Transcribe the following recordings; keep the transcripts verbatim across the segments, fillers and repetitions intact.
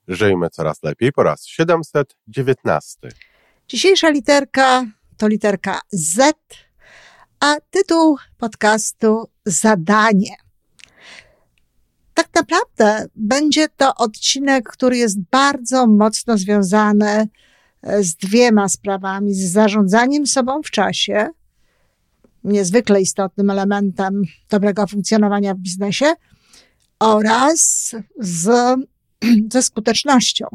Żyjmy coraz lepiej po raz siedemset dziewiętnasty. Dzisiejsza literka to literka Z, a tytuł podcastu Zadanie. Tak naprawdę będzie to odcinek, który jest bardzo mocno związany z dwiema sprawami. Z zarządzaniem sobą w czasie, niezwykle istotnym elementem dobrego funkcjonowania w biznesie, oraz z, ze skutecznością.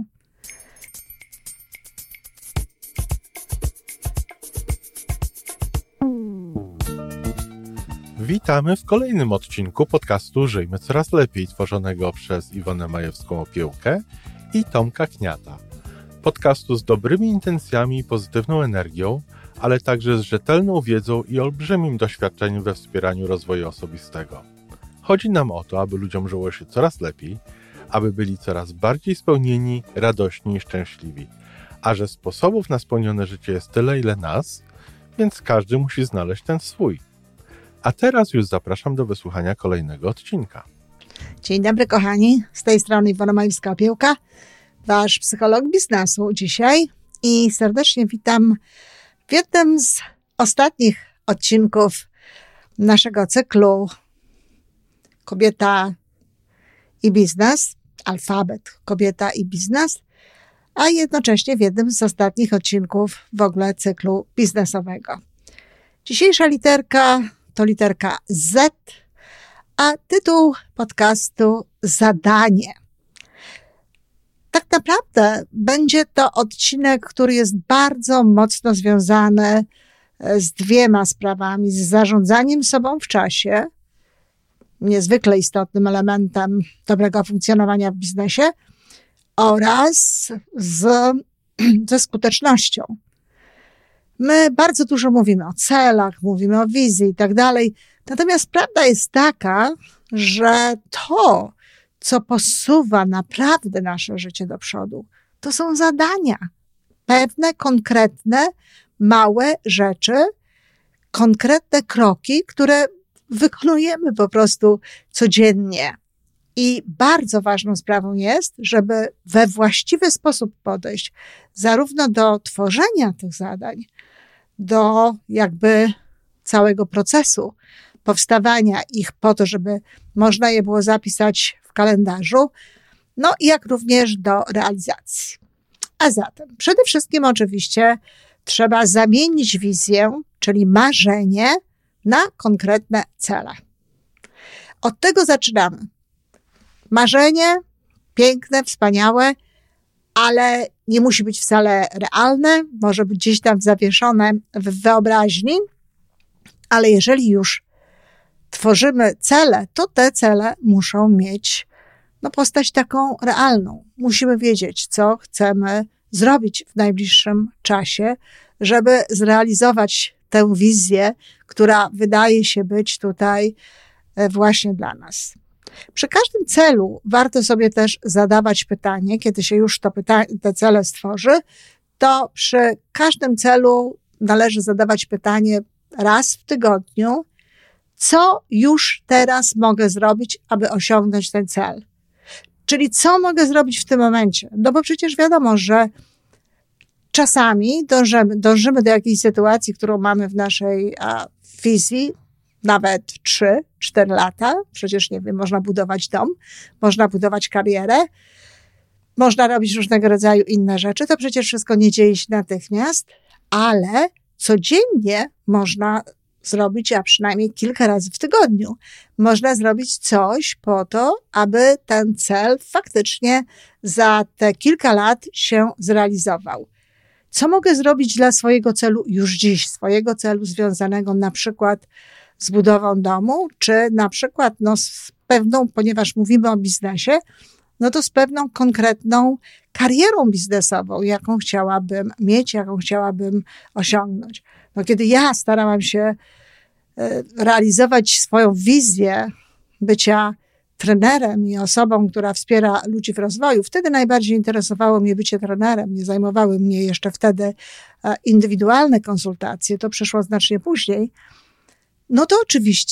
Witamy w kolejnym odcinku podcastu Żyjmy Coraz Lepiej, tworzonego przez Iwonę Majewską-Opiełkę i Tomka Kniata. Podcastu z dobrymi intencjami i pozytywną energią, ale także z rzetelną wiedzą i olbrzymim doświadczeniem we wspieraniu rozwoju osobistego. Chodzi nam o to, aby ludziom żyło się coraz lepiej, aby byli coraz bardziej spełnieni, radośni i szczęśliwi. A że sposobów na spełnione życie jest tyle, ile nas, więc każdy musi znaleźć ten swój. A teraz już zapraszam do wysłuchania kolejnego odcinka. Dzień dobry kochani, z tej strony Iwona Majewska-Opiełka, wasz psycholog biznesu dzisiaj i serdecznie witam w jednym z ostatnich odcinków naszego cyklu Kobieta i biznes, alfabet Kobieta i biznes, a jednocześnie w jednym z ostatnich odcinków w ogóle cyklu biznesowego. Dzisiejsza literka to literka Z, a tytuł podcastu Zadanie. Tak naprawdę będzie to odcinek, który jest bardzo mocno związany z dwiema sprawami. Z zarządzaniem sobą w czasie, niezwykle istotnym elementem dobrego funkcjonowania w biznesie, oraz z, ze skutecznością. My bardzo dużo mówimy o celach, mówimy o wizji i tak dalej, natomiast prawda jest taka, że to, co posuwa naprawdę nasze życie do przodu, to są zadania. Pewne, konkretne, małe rzeczy, konkretne kroki, które wykonujemy po prostu codziennie. I bardzo ważną sprawą jest, żeby we właściwy sposób podejść zarówno do tworzenia tych zadań, do jakby całego procesu powstawania ich po to, żeby można je było zapisać w kalendarzu, no i jak również do realizacji. A zatem przede wszystkim oczywiście trzeba zamienić wizję, czyli marzenie, na konkretne cele. Od tego zaczynamy. Marzenie, piękne, wspaniałe, ale nie musi być wcale realne, może być gdzieś tam zawieszone w wyobraźni, ale jeżeli już tworzymy cele, to te cele muszą mieć no, postać taką realną. Musimy wiedzieć, co chcemy zrobić w najbliższym czasie, żeby zrealizować tę wizję, która wydaje się być tutaj właśnie dla nas. Przy każdym celu warto sobie też zadawać pytanie, kiedy się już to pyta- te cele stworzy, to przy każdym celu należy zadawać pytanie raz w tygodniu, co już teraz mogę zrobić, aby osiągnąć ten cel. Czyli co mogę zrobić w tym momencie? No bo przecież wiadomo, że czasami dążymy, dążymy do jakiejś sytuacji, którą mamy w naszej a, wizji, nawet trzy, cztery lata. Przecież, nie wiem, można budować dom, można budować karierę, można robić różnego rodzaju inne rzeczy. To przecież wszystko nie dzieje się natychmiast, ale codziennie można zrobić, a przynajmniej kilka razy w tygodniu, można zrobić coś po to, aby ten cel faktycznie za te kilka lat się zrealizował. Co mogę zrobić dla swojego celu już dziś, swojego celu związanego na przykład z budową domu, czy na przykład no, z pewną, ponieważ mówimy o biznesie, no to z pewną konkretną karierą biznesową, jaką chciałabym mieć, jaką chciałabym osiągnąć. No, kiedy ja starałam się realizować swoją wizję bycia trenerem i osobą, która wspiera ludzi w rozwoju, wtedy najbardziej interesowało mnie bycie trenerem. Nie zajmowały mnie jeszcze wtedy indywidualne konsultacje, to przyszło znacznie później. No to oczywiście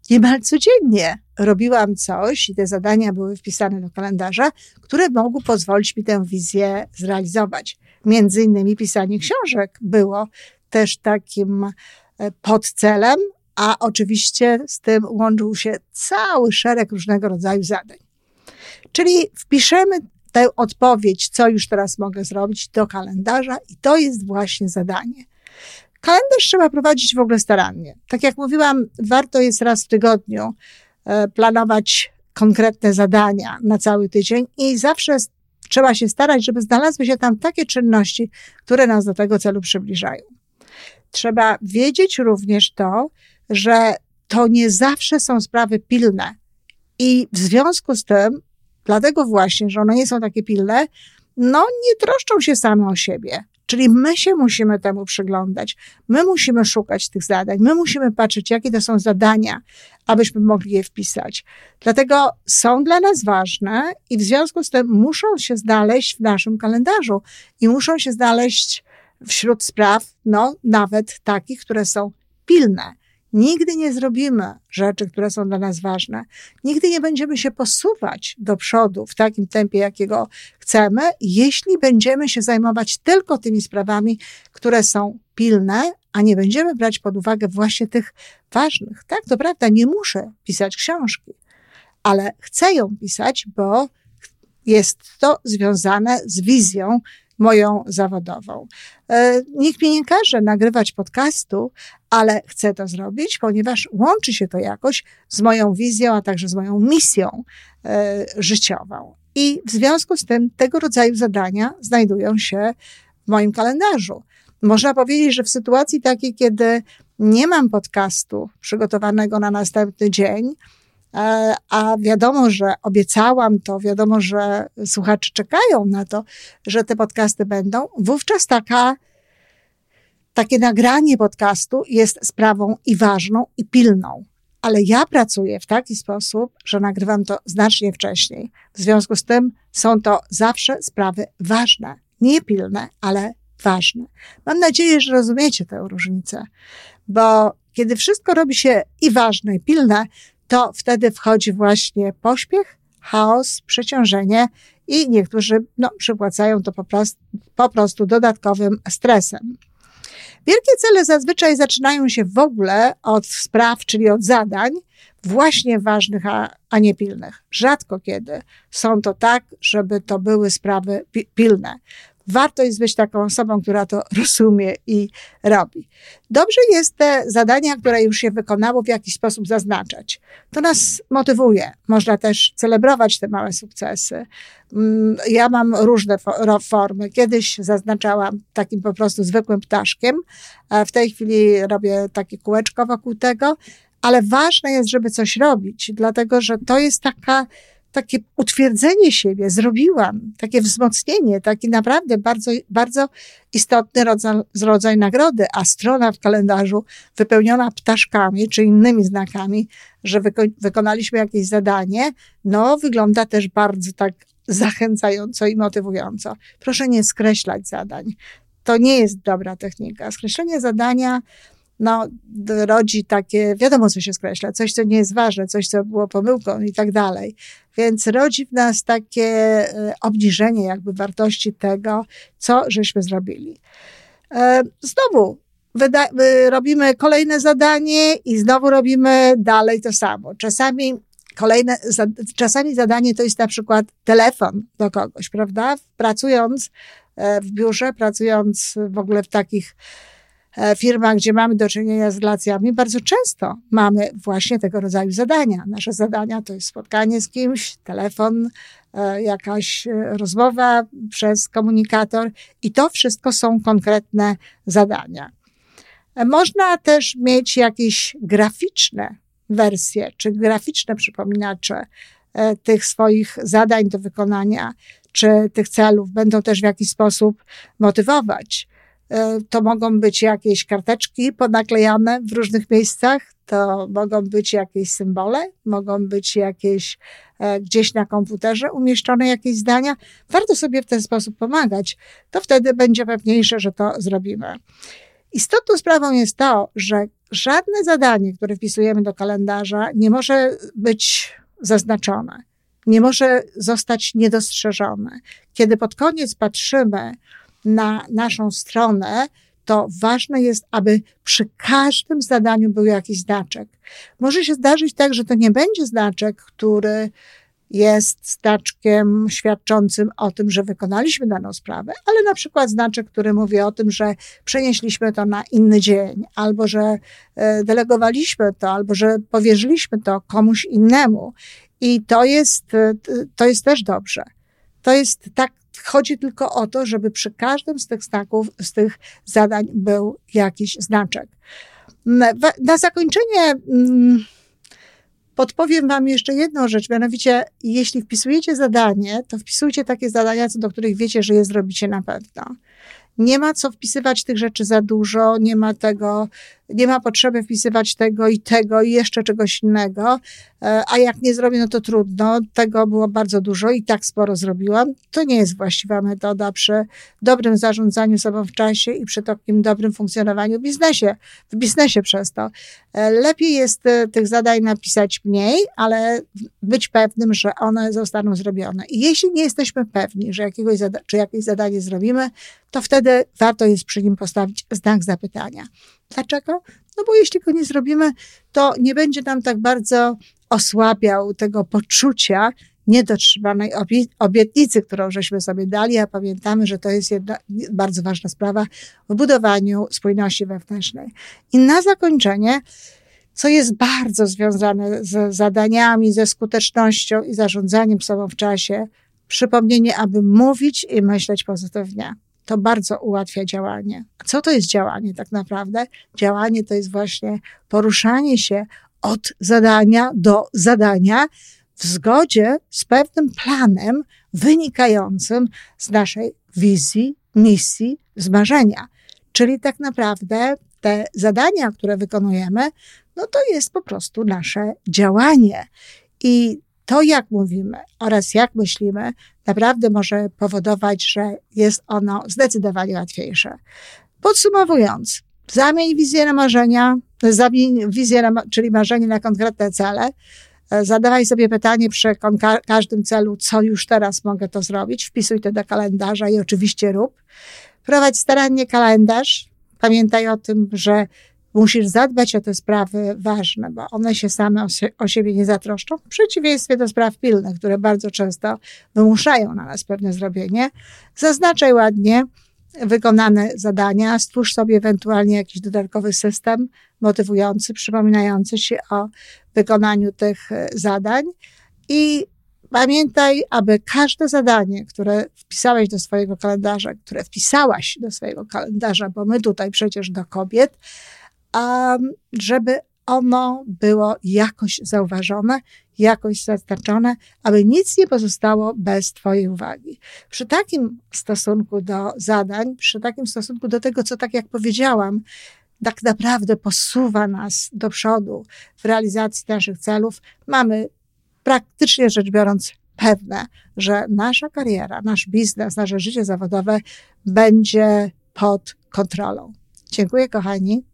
niemal codziennie robiłam coś i te zadania były wpisane do kalendarza, które mogły pozwolić mi tę wizję zrealizować. Między innymi pisanie książek było też takim podcelem, a oczywiście z tym łączył się cały szereg różnego rodzaju zadań. Czyli wpiszemy tę odpowiedź, co już teraz mogę zrobić, do kalendarza i to jest właśnie zadanie. Kalendarz trzeba prowadzić w ogóle starannie. Tak jak mówiłam, warto jest raz w tygodniu planować konkretne zadania na cały tydzień i zawsze trzeba się starać, żeby znalazły się tam takie czynności, które nas do tego celu przybliżają. Trzeba wiedzieć również to, że to nie zawsze są sprawy pilne i w związku z tym, dlatego właśnie, że one nie są takie pilne, no nie troszczą się same o siebie. Czyli my się musimy temu przyglądać, my musimy szukać tych zadań, my musimy patrzeć, jakie to są zadania, abyśmy mogli je wpisać. Dlatego są dla nas ważne i w związku z tym muszą się znaleźć w naszym kalendarzu i muszą się znaleźć wśród spraw, no nawet takich, które są pilne. Nigdy nie zrobimy rzeczy, które są dla nas ważne. Nigdy nie będziemy się posuwać do przodu w takim tempie, jakiego chcemy, jeśli będziemy się zajmować tylko tymi sprawami, które są pilne, a nie będziemy brać pod uwagę właśnie tych ważnych. Tak, to prawda, nie muszę pisać książki, ale chcę ją pisać, bo jest to związane z wizją moją zawodową. Nikt mi nie każe nagrywać podcastu, ale chcę to zrobić, ponieważ łączy się to jakoś z moją wizją, a także z moją misją życiową. I w związku z tym tego rodzaju zadania znajdują się w moim kalendarzu. Można powiedzieć, że w sytuacji takiej, kiedy nie mam podcastu przygotowanego na następny dzień, a wiadomo, że obiecałam to, wiadomo, że słuchacze czekają na to, że te podcasty będą, wówczas taka, takie nagranie podcastu jest sprawą i ważną, i pilną. Ale ja pracuję w taki sposób, że nagrywam to znacznie wcześniej. W związku z tym są to zawsze sprawy ważne, nie pilne, ale ważne. Mam nadzieję, że rozumiecie tę różnicę, bo kiedy wszystko robi się i ważne, i pilne, to wtedy wchodzi właśnie pośpiech, chaos, przeciążenie i niektórzy no, przypłacają to po prostu, po prostu dodatkowym stresem. Wielkie cele zazwyczaj zaczynają się w ogóle od spraw, czyli od zadań, właśnie ważnych, a, a nie pilnych. Rzadko kiedy są to tak, żeby to były sprawy pi- pilne. Warto jest być taką osobą, która to rozumie i robi. Dobrze jest te zadania, które już się wykonało, w jakiś sposób zaznaczać. To nas motywuje. Można też celebrować te małe sukcesy. Ja mam różne formy. Kiedyś zaznaczałam takim po prostu zwykłym ptaszkiem. W tej chwili robię takie kółeczko wokół tego, ale ważne jest, żeby coś robić, dlatego że to jest taka takie utwierdzenie siebie, zrobiłam, takie wzmocnienie, taki naprawdę bardzo, bardzo istotny rodzaj, rodzaj nagrody, a strona w kalendarzu wypełniona ptaszkami czy innymi znakami, że wyko- wykonaliśmy jakieś zadanie, no wygląda też bardzo tak zachęcająco i motywująco. Proszę nie skreślać zadań. To nie jest dobra technika. Skreślenie zadania no, rodzi takie, wiadomo co się skreśla, coś co nie jest ważne, coś co było pomyłką i tak dalej. Więc rodzi w nas takie obniżenie jakby wartości tego, co żeśmy zrobili. Znowu wyda- robimy kolejne zadanie i znowu robimy dalej to samo. Czasami kolejne, czasami zadanie to jest na przykład telefon do kogoś, prawda? Pracując w biurze, pracując w ogóle w takich firmach, gdzie mamy do czynienia z relacjami, bardzo często mamy właśnie tego rodzaju zadania. Nasze zadania to jest spotkanie z kimś, telefon, jakaś rozmowa przez komunikator i to wszystko są konkretne zadania. Można też mieć jakieś graficzne wersje, czy graficzne przypominacze tych swoich zadań do wykonania, czy tych celów. Będą też w jakiś sposób motywować. To mogą być jakieś karteczki ponaklejane w różnych miejscach, to mogą być jakieś symbole, mogą być jakieś gdzieś na komputerze umieszczone jakieś zdania. Warto sobie w ten sposób pomagać. To wtedy będzie pewniejsze, że to zrobimy. Istotną sprawą jest to, że żadne zadanie, które wpisujemy do kalendarza, nie może być zaznaczone, nie może zostać niedostrzeżone. Kiedy pod koniec patrzymy na naszą stronę, to ważne jest, aby przy każdym zadaniu był jakiś znaczek. Może się zdarzyć tak, że to nie będzie znaczek, który jest znaczkiem świadczącym o tym, że wykonaliśmy daną sprawę, ale na przykład znaczek, który mówi o tym, że przenieśliśmy to na inny dzień, albo że delegowaliśmy to, albo że powierzyliśmy to komuś innemu. I to jest, to jest też dobrze. To jest tak, chodzi tylko o to, żeby przy każdym z tych znaków, z tych zadań był jakiś znaczek. Na zakończenie podpowiem wam jeszcze jedną rzecz, mianowicie jeśli wpisujecie zadanie, to wpisujcie takie zadania, co do których wiecie, że je zrobicie na pewno. Nie ma co wpisywać tych rzeczy za dużo, nie ma tego, nie ma potrzeby wpisywać tego i tego i jeszcze czegoś innego, a jak nie zrobię, no to trudno, tego było bardzo dużo i tak sporo zrobiłam. To nie jest właściwa metoda przy dobrym zarządzaniu sobą w czasie i przy takim dobrym funkcjonowaniu w biznesie, w biznesie przez to. Lepiej jest tych zadań napisać mniej, ale być pewnym, że one zostaną zrobione. I jeśli nie jesteśmy pewni, że jakiegoś zada- czy jakieś zadanie zrobimy, to wtedy warto jest przy nim postawić znak zapytania. Dlaczego? No bo jeśli go nie zrobimy, to nie będzie nam tak bardzo osłabiał tego poczucia niedotrzymanej obietnicy, którą żeśmy sobie dali, a pamiętamy, że to jest jedna bardzo ważna sprawa w budowaniu spójności wewnętrznej. I na zakończenie, co jest bardzo związane z zadaniami, ze skutecznością i zarządzaniem sobą w czasie, przypomnienie, aby mówić i myśleć pozytywnie. To bardzo ułatwia działanie. A co to jest działanie tak naprawdę? Działanie to jest właśnie poruszanie się od zadania do zadania w zgodzie z pewnym planem wynikającym z naszej wizji, misji, z marzenia. Czyli tak naprawdę te zadania, które wykonujemy, no to jest po prostu nasze działanie. I to, jak mówimy oraz jak myślimy, naprawdę może powodować, że jest ono zdecydowanie łatwiejsze. Podsumowując, zamień wizję na marzenia, zamień wizję, na, czyli marzenie na konkretne cele. Zadawaj sobie pytanie przy każdym celu, co już teraz mogę to zrobić. Wpisuj to do kalendarza i oczywiście rób. Prowadź starannie kalendarz. Pamiętaj o tym, że musisz zadbać o te sprawy ważne, bo one się same o, się, o siebie nie zatroszczą. W przeciwieństwie do spraw pilnych, które bardzo często wymuszają na nas pewne zrobienie. Zaznaczaj ładnie wykonane zadania, stwórz sobie ewentualnie jakiś dodatkowy system motywujący, przypominający się o wykonaniu tych zadań i pamiętaj, aby każde zadanie, które wpisałeś do swojego kalendarza, które wpisałaś do swojego kalendarza, bo my tutaj przecież do kobiet, a żeby ono było jakoś zauważone, jakoś zaznaczone, aby nic nie pozostało bez twojej uwagi. Przy takim stosunku do zadań, przy takim stosunku do tego, co tak jak powiedziałam, tak naprawdę posuwa nas do przodu w realizacji naszych celów, mamy praktycznie rzecz biorąc pewne, że nasza kariera, nasz biznes, nasze życie zawodowe będzie pod kontrolą. Dziękuję, kochani.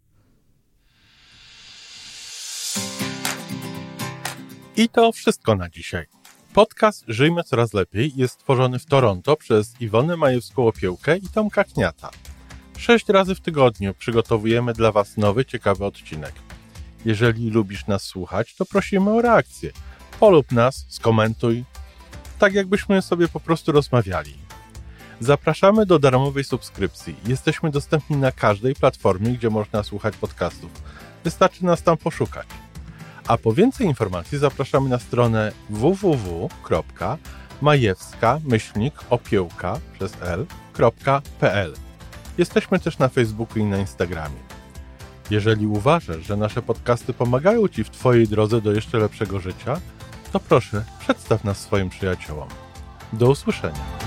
I to wszystko na dzisiaj. Podcast Żyjmy Coraz Lepiej jest stworzony w Toronto przez Iwonę Majewską-Opiełkę i Tomka Kniata. Sześć razy w tygodniu przygotowujemy dla Was nowy, ciekawy odcinek. Jeżeli lubisz nas słuchać, to prosimy o reakcję. Polub nas, skomentuj, tak jakbyśmy sobie po prostu rozmawiali. Zapraszamy do darmowej subskrypcji. Jesteśmy dostępni na każdej platformie, gdzie można słuchać podcastów. Wystarczy nas tam poszukać. A po więcej informacji zapraszamy na stronę w w w kropka majewska myślnik opiełka przez l kropka p l. Jesteśmy też na Facebooku i na Instagramie. Jeżeli uważasz, że nasze podcasty pomagają Ci w Twojej drodze do jeszcze lepszego życia, to proszę, przedstaw nas swoim przyjaciołom. Do usłyszenia.